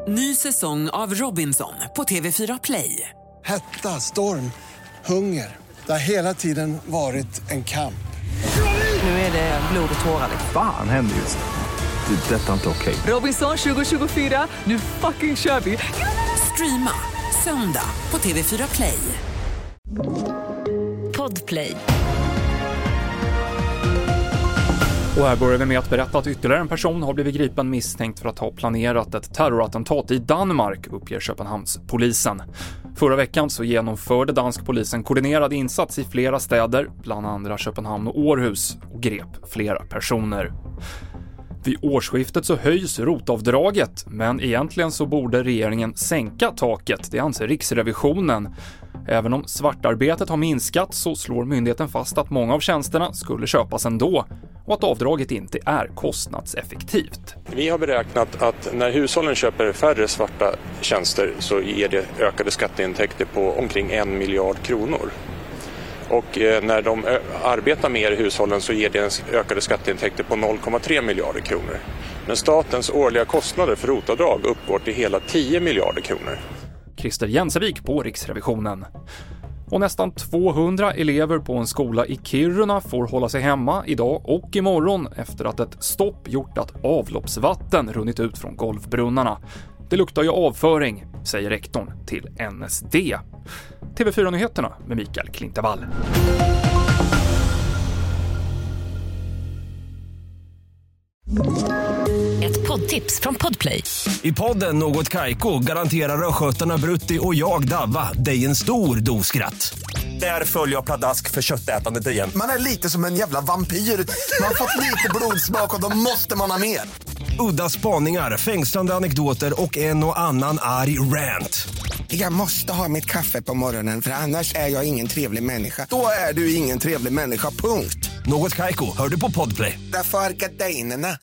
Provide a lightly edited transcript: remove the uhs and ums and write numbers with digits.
Ny säsong av Robinson på TV4 Play. Hetta, storm, hunger. Det har hela tiden varit en kamp. Nu är det blod och tårar. Fan händer just nu. Det. Detta är inte okej. Robinson 2024, nu fucking kör vi. Streama söndag på TV4 Play. Podplay. Och här börjar vi med att berätta att ytterligare en person har blivit gripen misstänkt för att ha planerat ett terrorattentat i Danmark, uppger Köpenhamnspolisen. Förra veckan så genomförde dansk polisen koordinerad insats i flera städer, bland andra Köpenhamn och Århus, och grep flera personer. Vid årsskiftet så höjs rotavdraget, men egentligen så borde regeringen sänka taket, det anser Riksrevisionen. Även om svartarbetet har minskat så slår myndigheten fast att många av tjänsterna skulle köpas ändå och att avdraget inte är kostnadseffektivt. Vi har beräknat att när hushållen köper färre svarta tjänster så ger det ökade skatteintäkter på omkring 1 miljard kronor. Och när de arbetar mer i hushållen så ger det ökade skatteintäkter på 0,3 miljarder kronor. Men statens årliga kostnader för rotavdrag uppgår till hela 10 miljarder kronor. Christer Jensevik på Riksrevisionen. Och nästan 200 elever på en skola i Kiruna får hålla sig hemma idag och imorgon efter att ett stopp gjort att avloppsvatten runnit ut från golvbrunnarna. Det luktar ju avföring, säger rektorn till NSD. TV4-nyheterna med Mikael Klintevall. Ett poddtips från Podplay. I podden Något Kaiko garanterar röskötarna Brutti och jag Davva dig en stor doskratt. Där följer jag pladask för köttätandet igen. Man är lite som en jävla vampyr. Man har fått lite blodsmak och då måste man ha mer. Udda spaningar, fängslande anekdoter och en och annan arg rant. Jag måste ha mitt kaffe på morgonen för annars är jag ingen trevlig människa. Då är du ingen trevlig människa, punkt. Något Kaiko, hör du på Podplay. Därför är gardinerna.